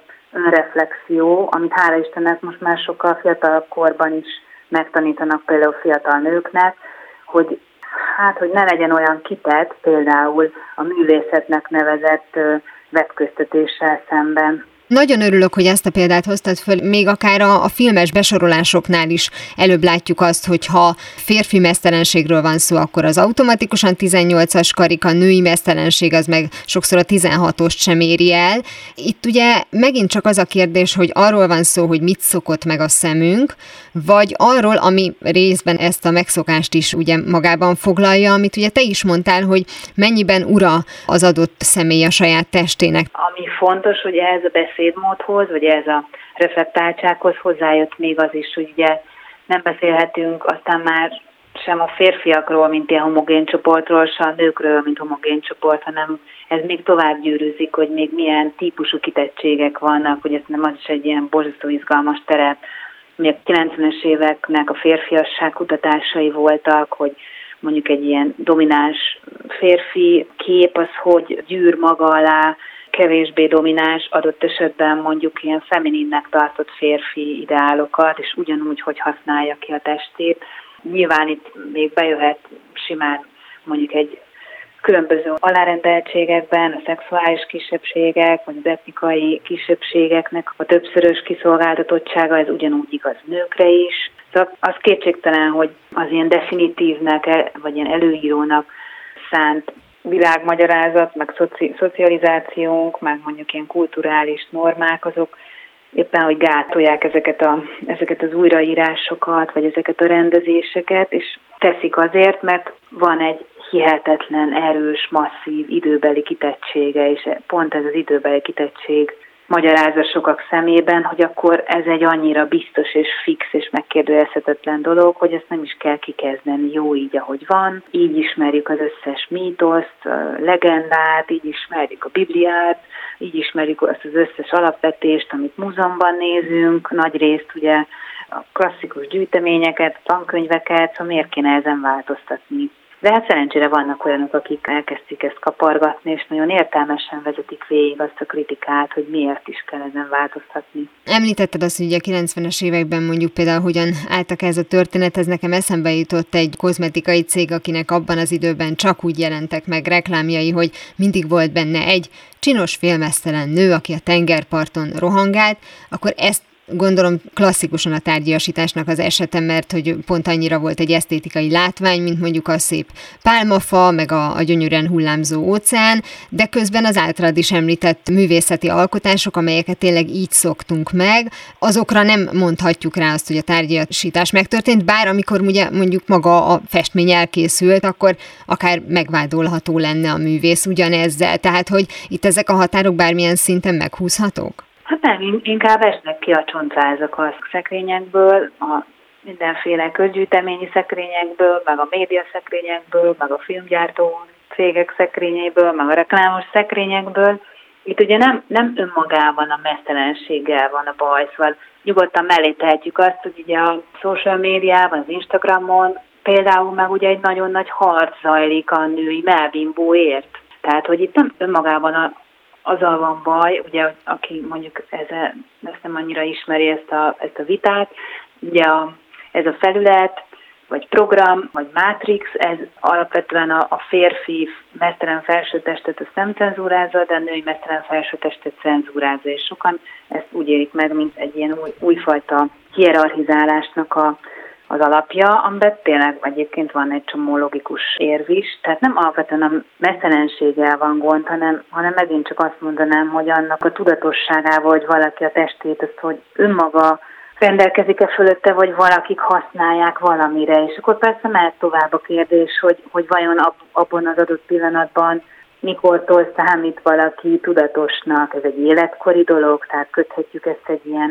önreflexió, amit hála Istennek most már sokkal fiatalabb korban is megtanítanak például fiatal nőknek, hogy hát, hogy ne legyen olyan kitett például a művészetnek nevezett vetköztetéssel szemben. Nagyon örülök, hogy ezt a példát hoztad föl, még akár a, a filmes besorolásoknál is előbb látjuk azt, hogy ha férfi meztelenségről van szó, akkor az automatikusan tizennyolcas karika, női meztelenség az meg sokszor a tizenhatost sem éri el. Itt ugye megint csak az a kérdés, hogy arról van szó, hogy mit szokott meg a szemünk, vagy arról, ami részben ezt a megszokást is ugye magában foglalja, amit ugye te is mondtál, hogy mennyiben ura az adott személy a saját testének. Ami fontos, hogy ez a beszédmódhoz, vagy ez a reflektáltsághoz hozzájött még az is, hogy ugye nem beszélhetünk aztán már sem a férfiakról, mint ilyen homogén csoportról, sem a nőkről, mint homogén csoport, hanem ez még tovább gyűrűzik, hogy még milyen típusú kitettségek vannak, hogy ez nem az is egy ilyen borzasztó izgalmas terep. Még a kilencvenes éveknek a férfiasság kutatásai voltak, hogy mondjuk egy ilyen domináns férfi kép az, hogy gyűr maga alá kevésbé domináns, adott esetben mondjuk ilyen femininnek tartott férfi ideálokat, és ugyanúgy, hogy használja ki a testét. Nyilván itt még bejöhet simán mondjuk egy különböző alárendeltségekben a szexuális kisebbségek, vagy az etnikai kisebbségeknek a többszörös kiszolgáltatottsága, ez ugyanúgy igaz nőkre is. Szóval az kétségtelen, hogy az ilyen definitívnek, vagy ilyen előírónak szánt világmagyarázat, meg szoci, szocializációnk, meg mondjuk ilyen kulturális normák, azok éppen, hogy gátolják ezeket, a, ezeket az újraírásokat, vagy ezeket a rendezéseket, és teszik azért, mert van egy hihetetlen, erős, masszív időbeli kitettsége, és pont ez az időbeli kitettség magyarázza sokak szemében, hogy akkor ez egy annyira biztos és fix és megkérdőjelezhetetlen dolog, hogy ezt nem is kell kikezdeni, jó így, ahogy van. Így ismerjük az összes mítoszt, legendát, így ismerjük a Bibliát, így ismerjük azt az összes alapvetést, amit múzeumban nézünk, nagy részt ugye a klasszikus gyűjteményeket, tankönyveket, szóval miért kéne ezen változtatni. De hát szerencsére vannak olyanok, akik elkezdték ezt kapargatni, és nagyon értelmesen vezetik végig azt a kritikát, hogy miért is kell ezen változtatni. Említetted azt, hogy a kilencvenes években mondjuk például hogyan álltak ez a történet, ez nekem eszembe jutott egy kozmetikai cég, akinek abban az időben csak úgy jelentek meg reklámjai, hogy mindig volt benne egy csinos félmeztelen nő, aki a tengerparton rohangált, akkor ezt gondolom klasszikusan a tárgyasításnak az esete, mert hogy pont annyira volt egy esztétikai látvány, mint mondjuk a szép pálmafa, meg a, a gyönyörűen hullámzó óceán, de közben az általad is említett művészeti alkotások, amelyeket tényleg így szoktunk meg, azokra nem mondhatjuk rá azt, hogy a tárgyasítás megtörtént, bár amikor ugye mondjuk maga a festmény elkészült, akkor akár megvádolható lenne a művész ugyanezzel, tehát hogy itt ezek a határok bármilyen szinten meghúzhatók? Hát nem, inkább esnek ki a csontvázak a szekrényekből, a mindenféle közgyűjteményi szekrényekből, meg a média szekrényekből, meg a filmgyártó cégek szekrényeiből, meg a reklámos szekrényekből. Itt ugye nem, nem önmagában a meztelenséggel van a baj, szóval nyugodtan mellé tehetjük azt, hogy ugye a social médiában, az Instagramon például meg ugye egy nagyon nagy harc zajlik a női mellbimbóért. Tehát, hogy itt nem önmagában a azzal van baj, ugye, aki mondjuk ezzel, ezt nem annyira ismeri ezt a, ezt a vitát, ugye a, ez a felület, vagy program, vagy mátrix, ez alapvetően a, a férfi meztelen felsőtestet azt nem cenzúrázza, de a női meztelen felsőtestet cenzúrázza, és sokan ezt úgy élik meg, mint egy ilyen új, újfajta hierarchizálásnak a az alapja, amiben tényleg egyébként van egy csomó logikus érv is. Tehát nem alapvetően a messzelenséggel van gond, hanem, hanem megint csak azt mondanám, hogy annak a tudatosságával, hogy valaki a testét, azt, hogy önmaga rendelkezik-e fölötte, vagy valakik használják valamire. És akkor persze mehet tovább a kérdés, hogy, hogy vajon ab, abban az adott pillanatban mikortól számít valaki tudatosnak. Ez egy életkori dolog, tehát köthetjük ezt egy ilyen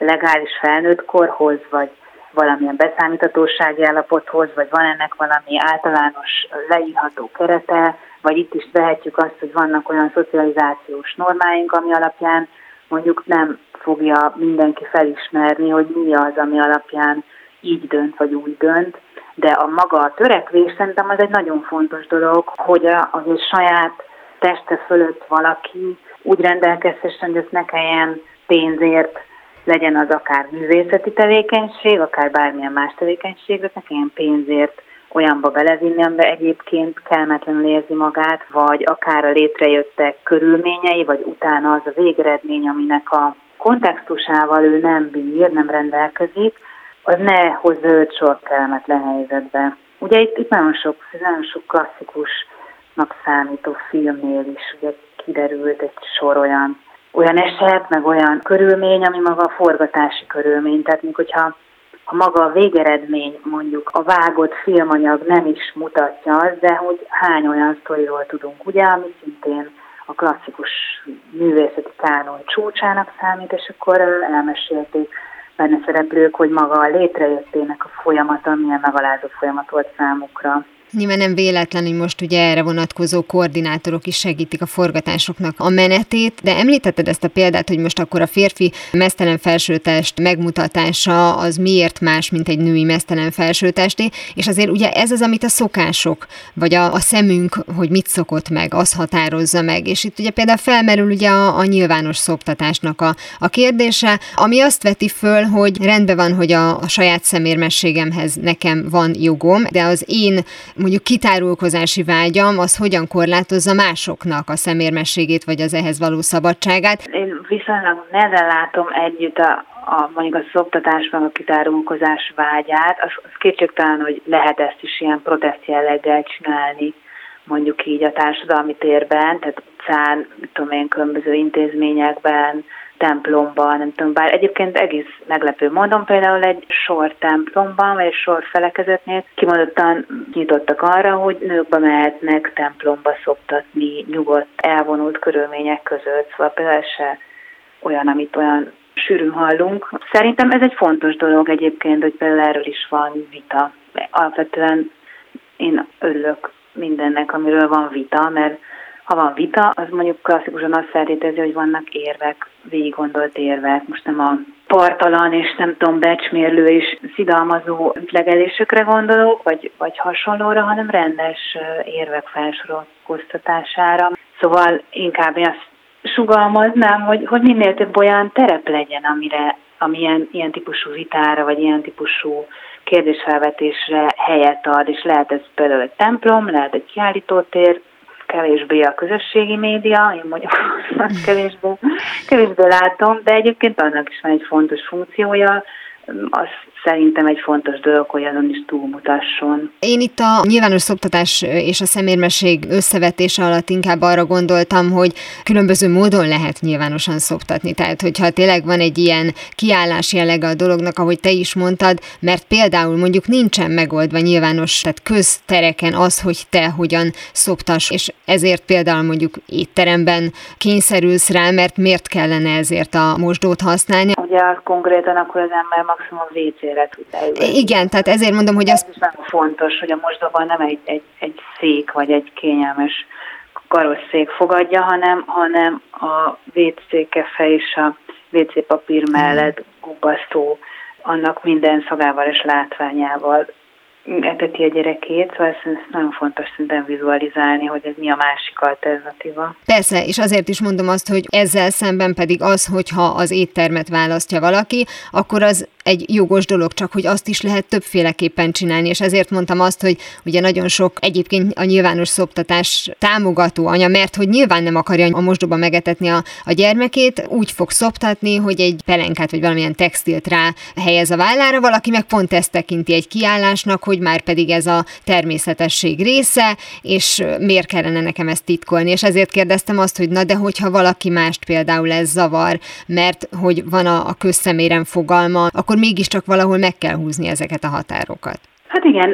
legális felnőtt korhoz, vagy valamilyen beszámíthatósági állapothoz, vagy van ennek valami általános leírható kerete, vagy itt is vehetjük azt, hogy vannak olyan szocializációs normáink, ami alapján mondjuk nem fogja mindenki felismerni, hogy mi az, ami alapján így dönt, vagy úgy dönt, de a maga a törekvés szerintem az egy nagyon fontos dolog, hogy az a saját teste fölött valaki úgy rendelkezhessen, hogy ezt ne kelljen pénzért, legyen az akár művészeti tevékenység, akár bármilyen más tevékenységre, ne kelljen pénzért olyanba belevinni, amiben egyébként kellemetlenül érzi magát, vagy akár a létrejöttek körülményei, vagy utána az a végeredmény, aminek a kontextusával ő nem bír, nem rendelkezik, az ne hozza őt sor kellemetlen helyzetbe. Ugye itt, itt nagyon sok, nagyon sok klasszikusnak számító filmnél is ugye kiderült egy sor olyan, olyan eset, meg olyan körülmény, ami maga a forgatási körülmény. Tehát még hogyha ha maga a végeredmény, mondjuk a vágott filmanyag nem is mutatja azt, de hogy hány olyan sztoriról tudunk, ugye, ami szintén a klasszikus művészeti kánon csúcsának számít, és akkor elmesélték benne szereplők, hogy maga a létrejöttének a folyamata milyen megalázó folyamat volt számukra. Nyilván nem véletlen, hogy most ugye erre vonatkozó koordinátorok is segítik a forgatásoknak a menetét, de említetted ezt a példát, hogy most akkor a férfi meztelen felsőtest megmutatása az miért más, mint egy női meztelen felsőtesté, és azért ugye ez az, amit a szokások, vagy a, a szemünk, hogy mit szokott meg, az határozza meg, és itt ugye például felmerül ugye a, a nyilvános szoptatásnak a, a kérdése, ami azt veti föl, hogy rendben van, hogy a, a saját szemérmességemhez nekem van jogom, de az én mondjuk kitárulkozási vágyam, az hogyan korlátozza másoknak a szemérmességét, vagy az ehhez való szabadságát? Én viszonylag nehezen látom együtt a, a mondjuk a szoptatásban a kitárulkozás vágyát. Az, az kétségtelen, hogy lehet ezt is ilyen protest jelleggel csinálni, mondjuk így a társadalmi térben, tehát utcán, mit tudom én, különböző intézményekben, templomban, nem tudom, bár egyébként egész meglepő módon például egy sor templomban, vagy egy sor felekezetnél kimondottan nyitottak arra, hogy nők bemehetnek templomba szoptatni nyugodt, elvonult körülmények között, szóval például se olyan, amit olyan sűrűn hallunk. Szerintem ez egy fontos dolog egyébként, hogy például erről is van vita. Alapvetően én örülök mindennek, amiről van vita, mert ha van vita, az mondjuk klasszikusan azt feltételezi, hogy vannak érvek, végig gondolt érvek. Most nem a partalan és nem tudom, becsmérlő és szidalmazó ütlegelésükre gondolok, vagy, vagy hasonlóra, hanem rendes érvek felsorakoztatására. Szóval inkább én azt sugalmaznám, hogy, hogy minél több olyan terep legyen, amire, ami ilyen, ilyen típusú vitára, vagy ilyen típusú kérdésfelvetésre helyet ad, és lehet ez például egy templom, lehet egy kiállítótér, kevésbé a közösségi média, én mondjuk azt kevésbé, kevésbé látom, de egyébként annak is van egy fontos funkciója, az szerintem egy fontos dolog, hogy azon is túlmutasson. Én itt a nyilvános szoptatás és a szemérmesség összevetése alatt inkább arra gondoltam, hogy különböző módon lehet nyilvánosan szoptatni. Tehát, hogyha tényleg van egy ilyen kiállás jellege a dolognak, ahogy te is mondtad, mert például mondjuk nincsen megoldva nyilvános, tehát köztereken az, hogy te hogyan szoptass, és ezért például mondjuk étteremben kényszerülsz rá, mert miért kellene ezért a mosdót használni? Ugye az konkrétan akkor az ember maximum vécére tud leülni. Igen, tehát ezért mondom, hogy az... Ez is nagyon fontos, hogy a mosdóban nem egy, egy, egy szék, vagy egy kényelmes karosszék fogadja, hanem, hanem a vécékefe és a vécépapír mellett gubbasztó, annak minden szagával és látványával eteti a gyerekét, szóval ez nagyon fontos szerintem vizualizálni, hogy ez mi a másik alternatíva. Persze, és azért is mondom azt, hogy ezzel szemben pedig az, hogyha az éttermet választja valaki, akkor az egy jogos dolog, csak hogy azt is lehet többféleképpen csinálni, és ezért mondtam azt, hogy ugye nagyon sok egyébként a nyilvános szoptatás támogató anya, mert hogy nyilván nem akarja a mosdóban megetetni a, a gyermekét, úgy fog szoptatni, hogy egy pelenkát vagy valamilyen textilt rá helyez a vállára, valaki meg pont ezt tekinti egy kiállásnak, hogy már pedig ez a természetesség része, és miért kellene nekem ezt titkolni, és ezért kérdeztem azt, hogy na de hogyha valaki mást például ez zavar, mert hogy van a, a közszemérem fogalma, akkor mégiscsak valahol meg kell húzni ezeket a határokat. Hát igen,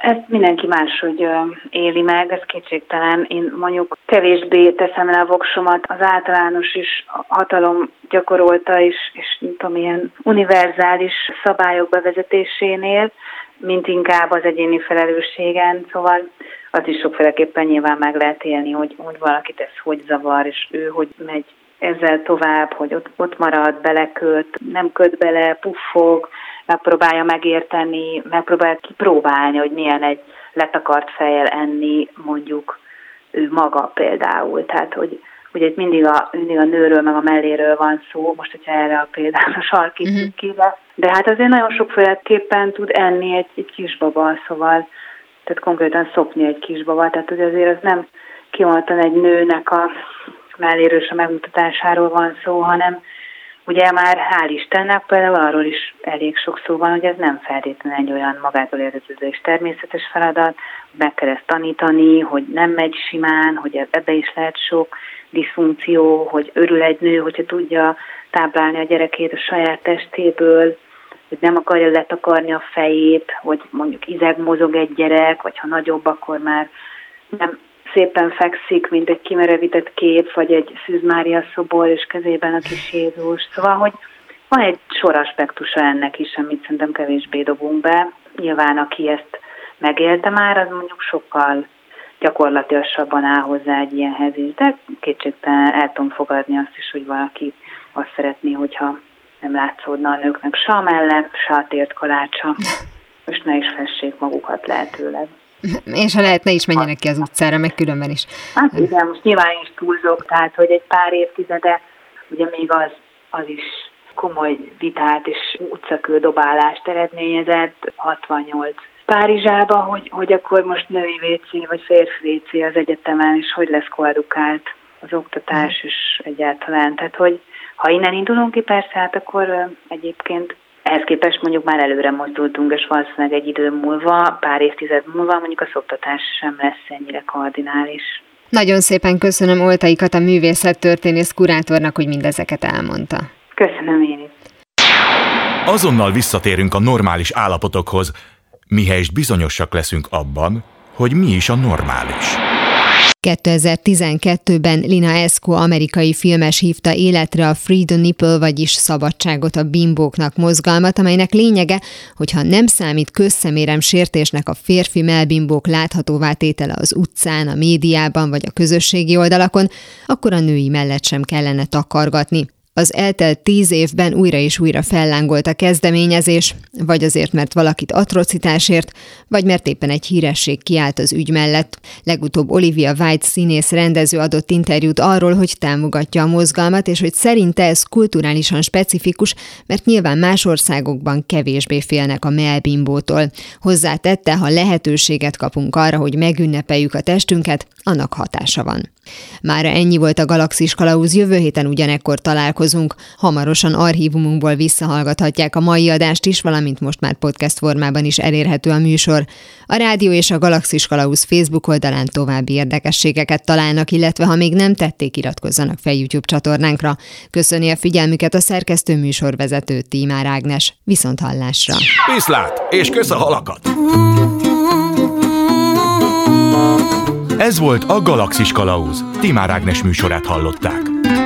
ezt mindenki máshogy éli meg, ez kétségtelen. Én mondjuk kevésbé teszem le a voksomat az általános is hatalom gyakorolta is, és nem tudom, ilyen univerzális szabályok bevezetésénél, mint inkább az egyéni felelősségen, szóval az is sokféleképpen nyilván meg lehet élni, hogy, hogy valakit ez hogy zavar, és ő hogy megy ezzel tovább, hogy ott, ott marad, beleköt, nem köt bele, puffog, megpróbálja megérteni, megpróbálja kipróbálni, hogy milyen egy letakart fejjel enni, mondjuk ő maga például. Tehát, hogy ugye itt mindig a, mindig a nőről, meg a melléről van szó, most, hogyha erre a például a sarkítjuk uh-huh. ki, de hát azért nagyon sokféleképpen tud enni egy, egy kisbaba, szóval, tehát konkrétan szopni egy kisbaba, tehát ugye azért az nem kimondottan egy nőnek a melléről a megmutatásáról van szó, hanem ugye már hál' Istennek például arról is elég sok szó van, hogy ez nem feltétlenül egy olyan magától értetődő és természetes feladat, meg kell ezt tanítani, hogy nem megy simán, hogy ebbe is lehet sok diszfunkció, hogy örül egy nő, hogyha tudja táplálni a gyerekét a saját testéből, hogy nem akarja letakarni a fejét, hogy mondjuk izeg mozog egy gyerek, vagy ha nagyobb, akkor már nem szépen fekszik, mint egy kimerevített kép, vagy egy Szűz Mária szobor, és kezében a kis Jézus. Szóval, hogy van egy sor aspektusa ennek is, amit szerintem kevésbé dobunk be. Nyilván, aki ezt megélte már, az mondjuk sokkal gyakorlatilasabban áll hozzá egy ilyenhez is, de kétségtelen el tudom fogadni azt is, hogy valaki azt szeretné, hogyha nem látszódna a nőknek se a melle, se a tért kalácsa, és ne is fessék magukat lehetőleg. És ha lehet, ne is menjenek ki az utcára, meg különben is. Hát igen, most nyilván is túlzok, tehát, hogy egy pár évtizede, ugye még az, az is komoly vitát és utcakődobálást eredményezett, hatvannyolc Párizsába, hogy, hogy akkor most női vécé vagy férfi vécé az egyetemen, és hogy lesz koedukált az oktatás is egyáltalán. Tehát, hogy ha innen indulunk ki, persze, hát akkor egyébként ehhez képest mondjuk már előre mozdultunk, és valószínűleg egy idő múlva, pár évtized múlva mondjuk az oktatás sem lesz ennyire kardinális. Nagyon szépen köszönöm Oltai Kata művészettörténész kurátornak, hogy mindezeket elmondta. Köszönöm én is. Azonnal visszatérünk a normális állapotokhoz, mihelyest bizonyosak leszünk abban, hogy mi is a normális. kétezer-tizenkettőben Lina Esco amerikai filmes hívta életre a Free the Nipple, vagyis szabadságot a bimbóknak mozgalmat, amelynek lényege, hogyha nem számít közszemérem sértésnek a férfi mellbimbók láthatóvá tétele az utcán, a médiában vagy a közösségi oldalakon, akkor a női mellett sem kellene takargatni. Az eltelt tíz évben újra és újra fellángolt a kezdeményezés, vagy azért, mert valakit atrocitásért, vagy mert éppen egy híresség kiállt az ügy mellett. Legutóbb Olivia Wilde színész rendező adott interjút arról, hogy támogatja a mozgalmat, és hogy szerinte ez kulturálisan specifikus, mert nyilván más országokban kevésbé félnek a mellbimbótól. Hozzátette, ha lehetőséget kapunk arra, hogy megünnepeljük a testünket, annak hatása van. Mára ennyi volt a Galaxis Kalauz, jövő héten ugyanekkor találkozunk. Hamarosan archívumunkból visszahallgathatják a mai adást is, valamint most már podcast formában is elérhető a műsor. A Rádió és a Galaxis Kalauz Facebook oldalán további érdekességeket találnak, illetve ha még nem tették, iratkozzanak fel YouTube csatornánkra. Köszöni a figyelmüket a szerkesztő műsorvezető Tímár Ágnes. Viszont hallásra! Viszlát, és kösz a halakat! Ez volt a Galaxis Kalauz. Tímár Ágnes műsorát hallották.